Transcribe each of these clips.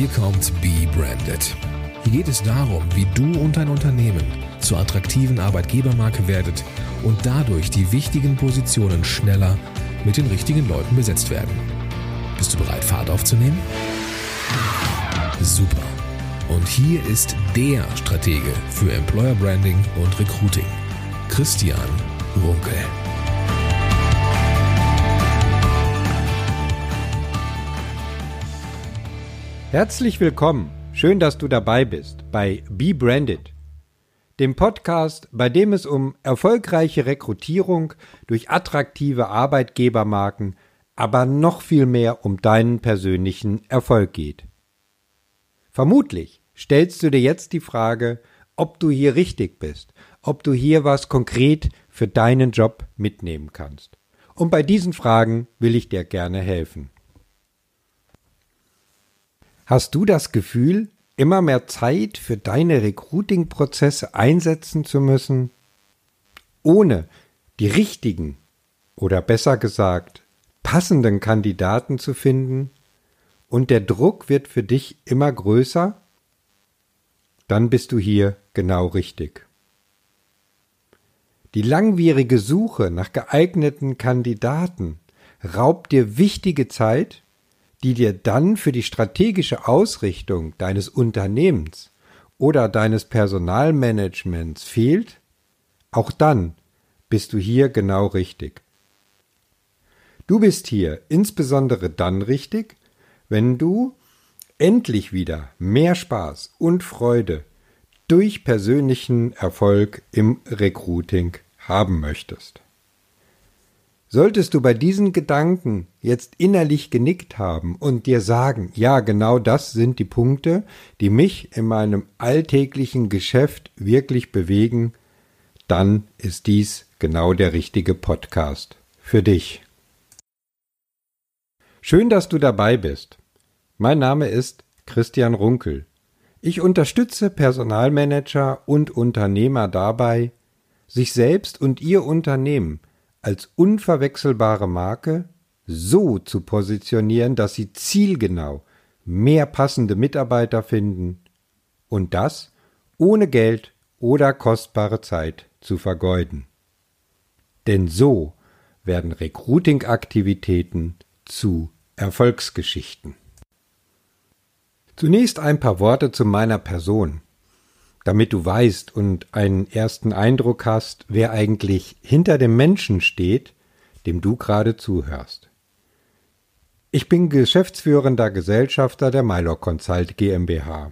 Hier kommt Be Branded. Hier geht es darum, wie du und dein Unternehmen zur attraktiven Arbeitgebermarke werdet und dadurch die wichtigen Positionen schneller mit den richtigen Leuten besetzt werden. Bist du bereit, Fahrt aufzunehmen? Super. Und hier ist der Stratege für Employer Branding und Recruiting, Christian Runkel. Herzlich willkommen. Schön, dass du dabei bist bei Be Branded, dem Podcast, bei dem es um erfolgreiche Rekrutierung durch attraktive Arbeitgebermarken, aber noch viel mehr um deinen persönlichen Erfolg geht. Vermutlich stellst du dir jetzt die Frage, ob du hier richtig bist, ob du hier was konkret für deinen Job mitnehmen kannst. Und bei diesen Fragen will ich dir gerne helfen. Hast du das Gefühl, immer mehr Zeit für deine Recruiting-Prozesse einsetzen zu müssen, ohne die richtigen oder besser gesagt passenden Kandidaten zu finden, und der Druck wird für dich immer größer? Dann bist du hier genau richtig. Die langwierige Suche nach geeigneten Kandidaten raubt dir wichtige Zeit, die dir dann für die strategische Ausrichtung deines Unternehmens oder deines Personalmanagements fehlt. Auch dann bist du hier genau richtig. Du bist hier insbesondere dann richtig, wenn du endlich wieder mehr Spaß und Freude durch persönlichen Erfolg im Recruiting haben möchtest. Solltest du bei diesen Gedanken jetzt innerlich genickt haben und dir sagen, ja, genau das sind die Punkte, die mich in meinem alltäglichen Geschäft wirklich bewegen, dann ist dies genau der richtige Podcast für dich. Schön, dass du dabei bist. Mein Name ist Christian Runkel. Ich unterstütze Personalmanager und Unternehmer dabei, sich selbst und ihr Unternehmen als unverwechselbare Marke so zu positionieren, dass sie zielgenau mehr passende Mitarbeiter finden und das ohne Geld oder kostbare Zeit zu vergeuden. Denn so werden Recruiting-Aktivitäten zu Erfolgsgeschichten. Zunächst ein paar Worte zu meiner Person, damit du weißt und einen ersten Eindruck hast, wer eigentlich hinter dem Menschen steht, dem du gerade zuhörst. Ich bin geschäftsführender Gesellschafter der Mylor Consult GmbH.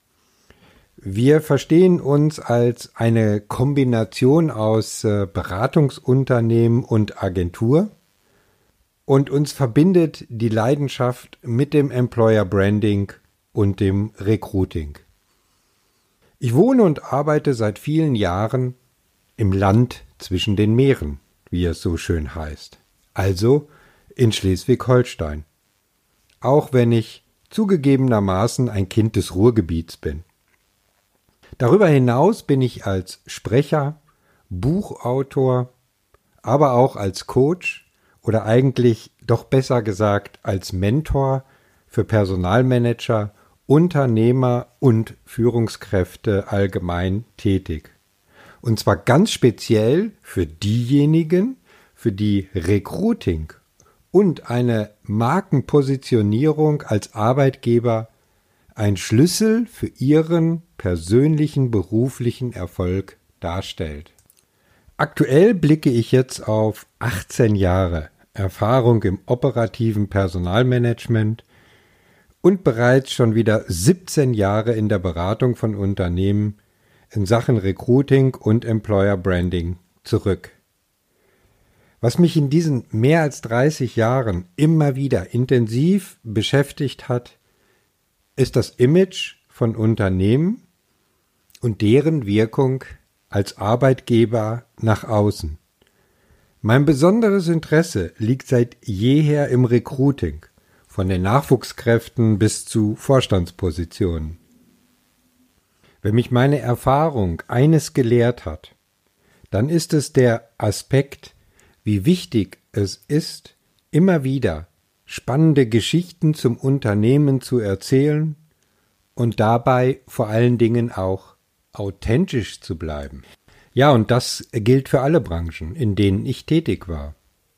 Wir verstehen uns als eine Kombination aus Beratungsunternehmen und Agentur, und uns verbindet die Leidenschaft mit dem Employer Branding und dem Recruiting. Ich wohne und arbeite seit vielen Jahren im Land zwischen den Meeren, wie es so schön heißt, also in Schleswig-Holstein, auch wenn ich zugegebenermaßen ein Kind des Ruhrgebiets bin. Darüber hinaus bin ich als Sprecher, Buchautor, aber auch als Coach oder eigentlich doch besser gesagt als Mentor für Personalmanager, Unternehmer und Führungskräfte allgemein tätig. Und zwar ganz speziell für diejenigen, für die Recruiting und eine Markenpositionierung als Arbeitgeber ein Schlüssel für ihren persönlichen beruflichen Erfolg darstellt. Aktuell blicke ich jetzt auf 18 Jahre Erfahrung im operativen Personalmanagement und bereits schon wieder 17 Jahre in der Beratung von Unternehmen in Sachen Recruiting und Employer Branding zurück. Was mich in diesen mehr als 30 Jahren immer wieder intensiv beschäftigt hat, ist das Image von Unternehmen und deren Wirkung als Arbeitgeber nach außen. Mein besonderes Interesse liegt seit jeher im Recruiting, von den Nachwuchskräften bis zu Vorstandspositionen. Wenn mich meine Erfahrung eines gelehrt hat, dann ist es der Aspekt, wie wichtig es ist, immer wieder spannende Geschichten zum Unternehmen zu erzählen und dabei vor allen Dingen auch authentisch zu bleiben. Ja, und das gilt für alle Branchen, in denen ich tätig war.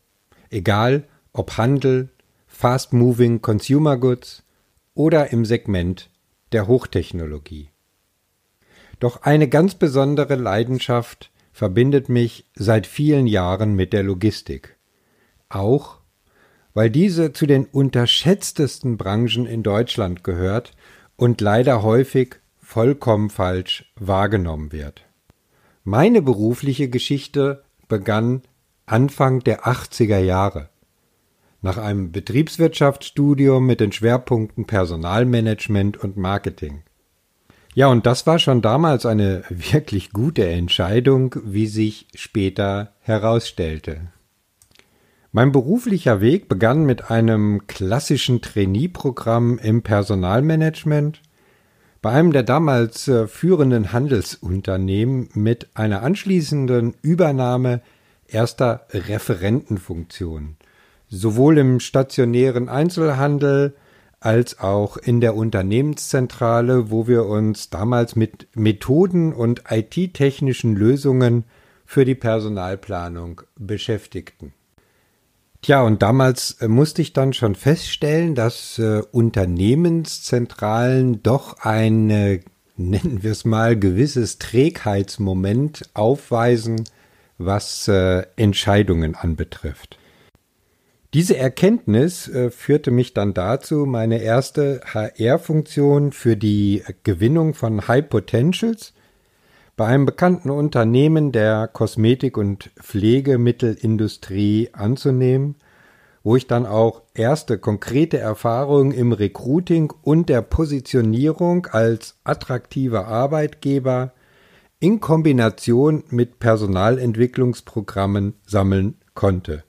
Egal ob Handel, Fast-Moving Consumer Goods oder im Segment der Hochtechnologie. Doch eine ganz besondere Leidenschaft verbindet mich seit vielen Jahren mit der Logistik. Auch, weil diese zu den unterschätztesten Branchen in Deutschland gehört und leider häufig vollkommen falsch wahrgenommen wird. Meine berufliche Geschichte begann Anfang der 80er Jahre. Nach einem Betriebswirtschaftsstudium mit den Schwerpunkten Personalmanagement und Marketing. Ja, und das war schon damals eine wirklich gute Entscheidung, wie sich später herausstellte. Mein beruflicher Weg begann mit einem klassischen Trainee-Programm im Personalmanagement bei einem der damals führenden Handelsunternehmen mit einer anschließenden Übernahme erster Referentenfunktion, sowohl im stationären Einzelhandel als auch in der Unternehmenszentrale, wo wir uns damals mit Methoden und IT-technischen Lösungen für die Personalplanung beschäftigten. Tja, und damals musste ich dann schon feststellen, dass Unternehmenszentralen doch ein, nennen wir es mal, gewisses Trägheitsmoment aufweisen, was Entscheidungen anbetrifft. Diese Erkenntnis führte mich dann dazu, meine erste HR-Funktion für die Gewinnung von High Potentials bei einem bekannten Unternehmen der Kosmetik- und Pflegemittelindustrie anzunehmen, wo ich dann auch erste konkrete Erfahrungen im Recruiting und der Positionierung als attraktiver Arbeitgeber in Kombination mit Personalentwicklungsprogrammen sammeln konnte.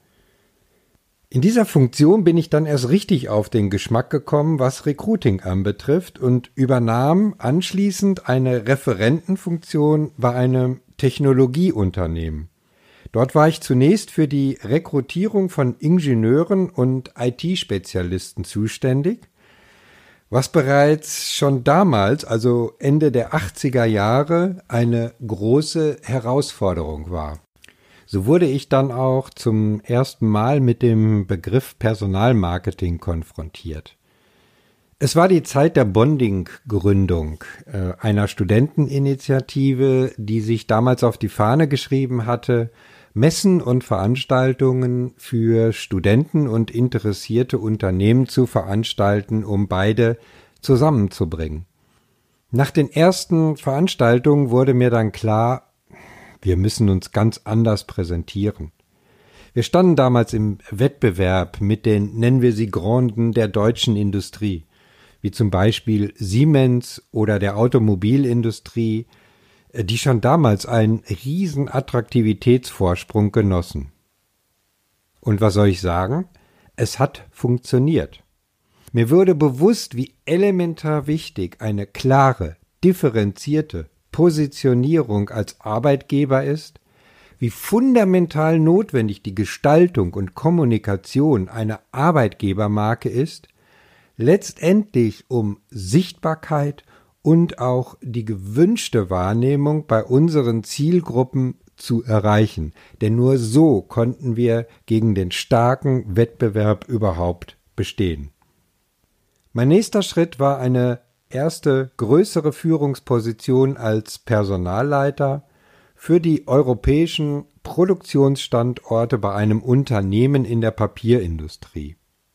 In dieser Funktion bin ich dann erst richtig auf den Geschmack gekommen, was Recruiting anbetrifft, und übernahm anschließend eine Referentenfunktion bei einem Technologieunternehmen. Dort war ich zunächst für die Rekrutierung von Ingenieuren und IT-Spezialisten zuständig, was bereits schon damals, also Ende der 80er Jahre, eine große Herausforderung war. So wurde ich dann auch zum ersten Mal mit dem Begriff Personalmarketing konfrontiert. Es war die Zeit der Bonding-Gründung, einer Studenteninitiative, die sich damals auf die Fahne geschrieben hatte, Messen und Veranstaltungen für Studenten und interessierte Unternehmen zu veranstalten, um beide zusammenzubringen. Nach den ersten Veranstaltungen wurde mir dann klar, wir müssen uns ganz anders präsentieren. Wir standen damals im Wettbewerb mit den, nennen wir sie, Granden der deutschen Industrie, wie zum Beispiel Siemens oder der Automobilindustrie, die schon damals einen riesen Attraktivitätsvorsprung genossen. Und was soll ich sagen? Es hat funktioniert. Mir wurde bewusst, wie elementar wichtig eine klare, differenzierte Positionierung als Arbeitgeber ist, wie fundamental notwendig die Gestaltung und Kommunikation einer Arbeitgebermarke ist, letztendlich um Sichtbarkeit und auch die gewünschte Wahrnehmung bei unseren Zielgruppen zu erreichen. Denn nur so konnten wir gegen den starken Wettbewerb überhaupt bestehen. Mein nächster Schritt war eine erste größere Führungsposition als Personalleiter für die europäischen Produktionsstandorte bei einem Unternehmen in der Papierindustrie.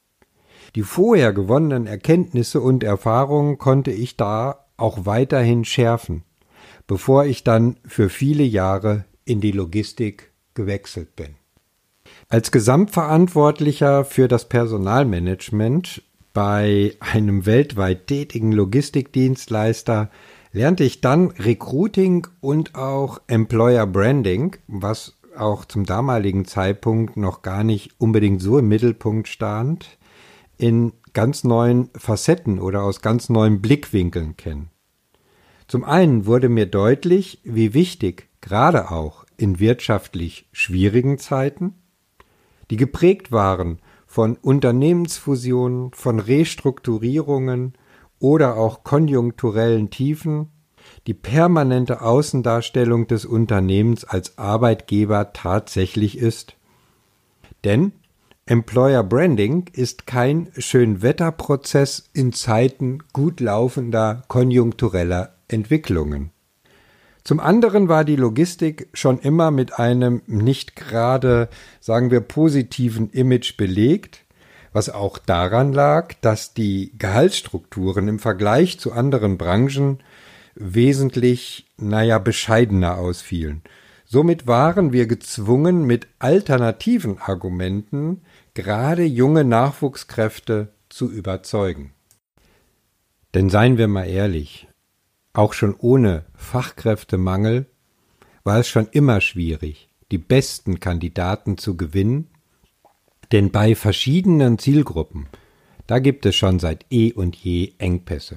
Die vorher gewonnenen Erkenntnisse und Erfahrungen konnte ich da auch weiterhin schärfen, bevor ich dann für viele Jahre in die Logistik gewechselt bin. Als Gesamtverantwortlicher für das Personalmanagement bei einem weltweit tätigen Logistikdienstleister lernte ich dann Recruiting und auch Employer Branding, was auch zum damaligen Zeitpunkt noch gar nicht unbedingt so im Mittelpunkt stand, in ganz neuen Facetten oder aus ganz neuen Blickwinkeln kennen. Zum einen wurde mir deutlich, wie wichtig, gerade auch in wirtschaftlich schwierigen Zeiten, die geprägt waren von Unternehmensfusionen, von Restrukturierungen oder auch konjunkturellen Tiefen die permanente Außendarstellung des Unternehmens als Arbeitgeber tatsächlich ist. Denn Employer Branding ist kein Schönwetterprozess in Zeiten gut laufender konjunktureller Entwicklungen. Zum anderen war die Logistik schon immer mit einem nicht gerade, sagen wir, positiven Image belegt, was auch daran lag, dass die Gehaltsstrukturen im Vergleich zu anderen Branchen wesentlich, bescheidener ausfielen. Somit waren wir gezwungen, mit alternativen Argumenten gerade junge Nachwuchskräfte zu überzeugen. Denn seien wir mal ehrlich, auch schon ohne Fachkräftemangel war es schon immer schwierig, die besten Kandidaten zu gewinnen, denn bei verschiedenen Zielgruppen, da gibt es schon seit eh und je Engpässe.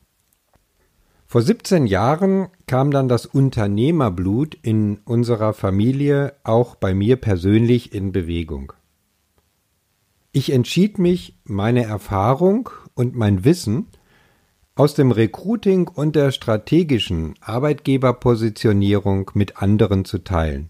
Vor 17 Jahren kam dann das Unternehmerblut in unserer Familie, auch bei mir persönlich, in Bewegung. Ich entschied mich, meine Erfahrung und mein Wissen aus dem Recruiting und der strategischen Arbeitgeberpositionierung mit anderen zu teilen.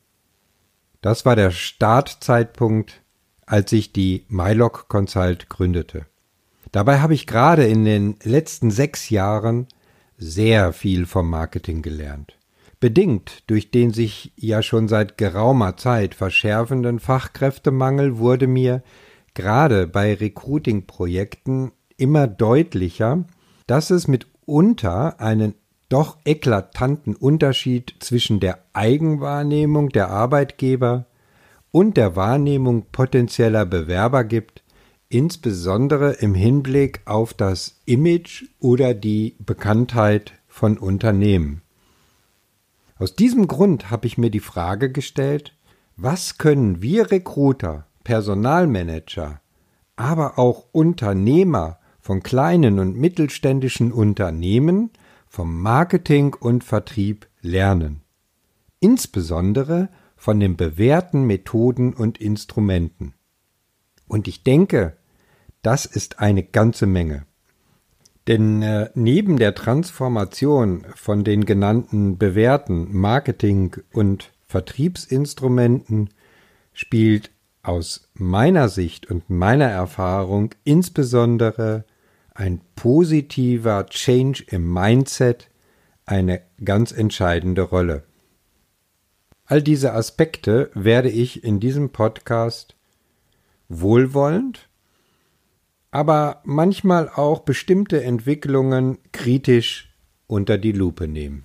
Das war der Startzeitpunkt, als ich die myLoc Consult gründete. Dabei habe ich gerade in den letzten 6 Jahren sehr viel vom Marketing gelernt. Bedingt durch den sich ja schon seit geraumer Zeit verschärfenden Fachkräftemangel wurde mir gerade bei Recruiting-Projekten immer deutlicher, dass es mitunter einen doch eklatanten Unterschied zwischen der Eigenwahrnehmung der Arbeitgeber und der Wahrnehmung potenzieller Bewerber gibt, insbesondere im Hinblick auf das Image oder die Bekanntheit von Unternehmen. Aus diesem Grund habe ich mir die Frage gestellt, was können wir Recruiter, Personalmanager, aber auch Unternehmer von kleinen und mittelständischen Unternehmen vom Marketing und Vertrieb lernen, insbesondere von den bewährten Methoden und Instrumenten. Und ich denke, das ist eine ganze Menge. Denn neben der Transformation von den genannten bewährten Marketing- und Vertriebsinstrumenten spielt aus meiner Sicht und meiner Erfahrung insbesondere ein positiver Change im Mindset eine ganz entscheidende Rolle. All diese Aspekte werde ich in diesem Podcast wohlwollend, aber manchmal auch bestimmte Entwicklungen kritisch unter die Lupe nehmen.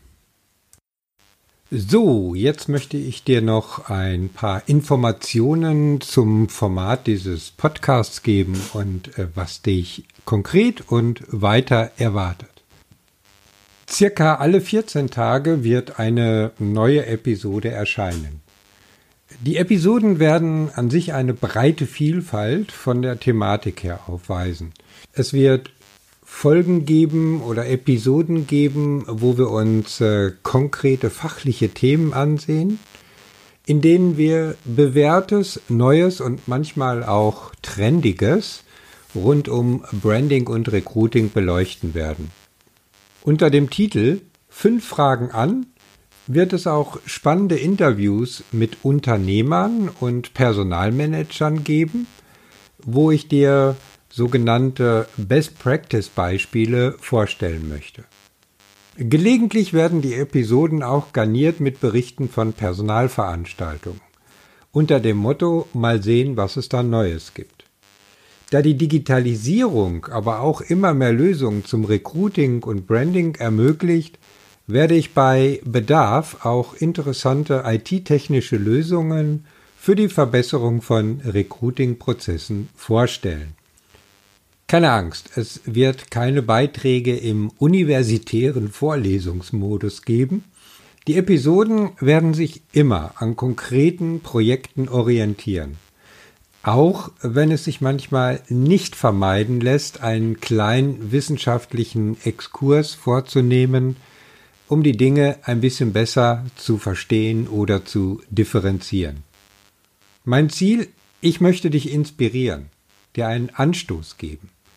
So, jetzt möchte ich dir noch ein paar Informationen zum Format dieses Podcasts geben und was dich konkret und weiter erwartet. Circa alle 14 Tage wird eine neue Episode erscheinen. Die Episoden werden an sich eine breite Vielfalt von der Thematik her aufweisen. Es wird Folgen geben oder Episoden geben, wo wir uns konkrete fachliche Themen ansehen, in denen wir Bewährtes, Neues und manchmal auch Trendiges rund um Branding und Recruiting beleuchten werden. Unter dem Titel 5 Fragen an wird es auch spannende Interviews mit Unternehmern und Personalmanagern geben, wo ich dir sogenannte Best-Practice-Beispiele vorstellen möchte. Gelegentlich werden die Episoden auch garniert mit Berichten von Personalveranstaltungen, unter dem Motto „Mal sehen, was es da Neues gibt“. Da die Digitalisierung aber auch immer mehr Lösungen zum Recruiting und Branding ermöglicht, werde ich bei Bedarf auch interessante IT-technische Lösungen für die Verbesserung von Recruiting-Prozessen vorstellen. Keine Angst, es wird keine Beiträge im universitären Vorlesungsmodus geben. Die Episoden werden sich immer an konkreten Projekten orientieren. Auch wenn es sich manchmal nicht vermeiden lässt, einen kleinen wissenschaftlichen Exkurs vorzunehmen, um die Dinge ein bisschen besser zu verstehen oder zu differenzieren. Mein Ziel, ich möchte dich inspirieren, dir einen Anstoß geben.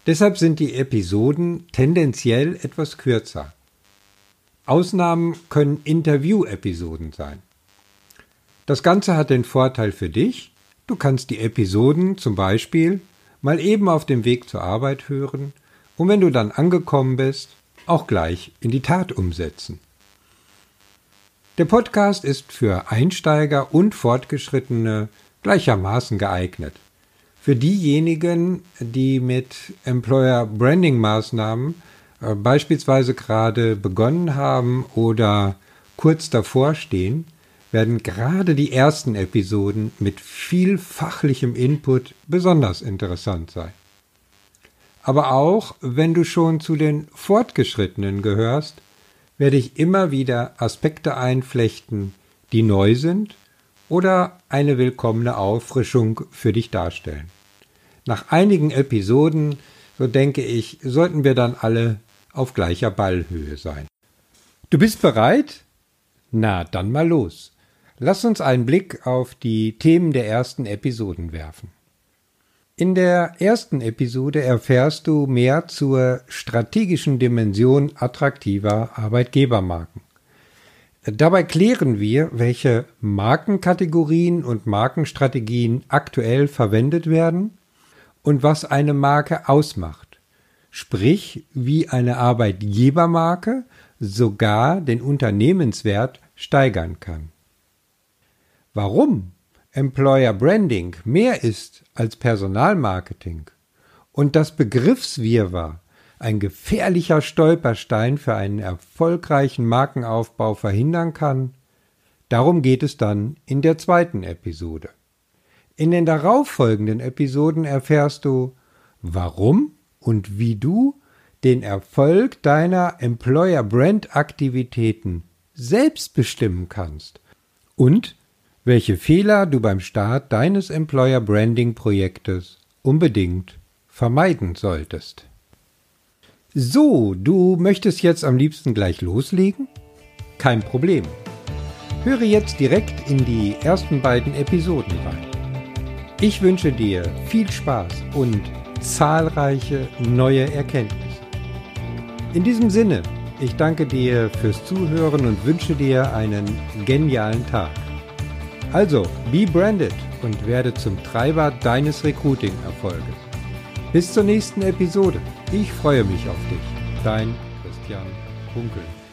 Deshalb sind die Episoden tendenziell etwas kürzer. Ausnahmen können Interview-Episoden sein. Das Ganze hat den Vorteil für dich, du kannst die Episoden zum Beispiel mal eben auf dem Weg zur Arbeit hören und wenn du dann angekommen bist, auch gleich in die Tat umsetzen. Der Podcast ist für Einsteiger und Fortgeschrittene gleichermaßen geeignet. Für diejenigen, die mit Employer Branding Maßnahmen beispielsweise gerade begonnen haben oder kurz davor stehen, werden gerade die ersten Episoden mit viel fachlichem Input besonders interessant sein. Aber auch wenn du schon zu den Fortgeschrittenen gehörst, werde ich immer wieder Aspekte einflechten, die neu sind oder eine willkommene Auffrischung für dich darstellen. Nach einigen Episoden, so denke ich, sollten wir dann alle auf gleicher Ballhöhe sein. Du bist bereit? Na, dann mal los. Lass uns einen Blick auf die Themen der ersten Episoden werfen. In der ersten Episode erfährst du mehr zur strategischen Dimension attraktiver Arbeitgebermarken. Dabei klären wir, welche Markenkategorien und Markenstrategien aktuell verwendet werden und was eine Marke ausmacht, sprich wie eine Arbeitgebermarke sogar den Unternehmenswert steigern kann. Warum Employer Branding mehr ist als Personalmarketing und das Begriffswirrwarr ein gefährlicher Stolperstein für einen erfolgreichen Markenaufbau verhindern kann, darum geht es dann in der zweiten Episode. In den darauffolgenden Episoden erfährst du, warum und wie du den Erfolg deiner Employer Brand Aktivitäten selbst bestimmen kannst und welche Fehler du beim Start deines Employer Branding Projektes unbedingt vermeiden solltest. So, du möchtest jetzt am liebsten gleich loslegen? Kein Problem. Höre jetzt direkt in die ersten beiden Episoden rein. Ich wünsche dir viel Spaß und zahlreiche neue Erkenntnisse. In diesem Sinne, ich danke dir fürs Zuhören und wünsche dir einen genialen Tag. Also, be branded und werde zum Treiber deines Recruiting-Erfolges. Bis zur nächsten Episode. Ich freue mich auf dich. Dein Christian Kunkel.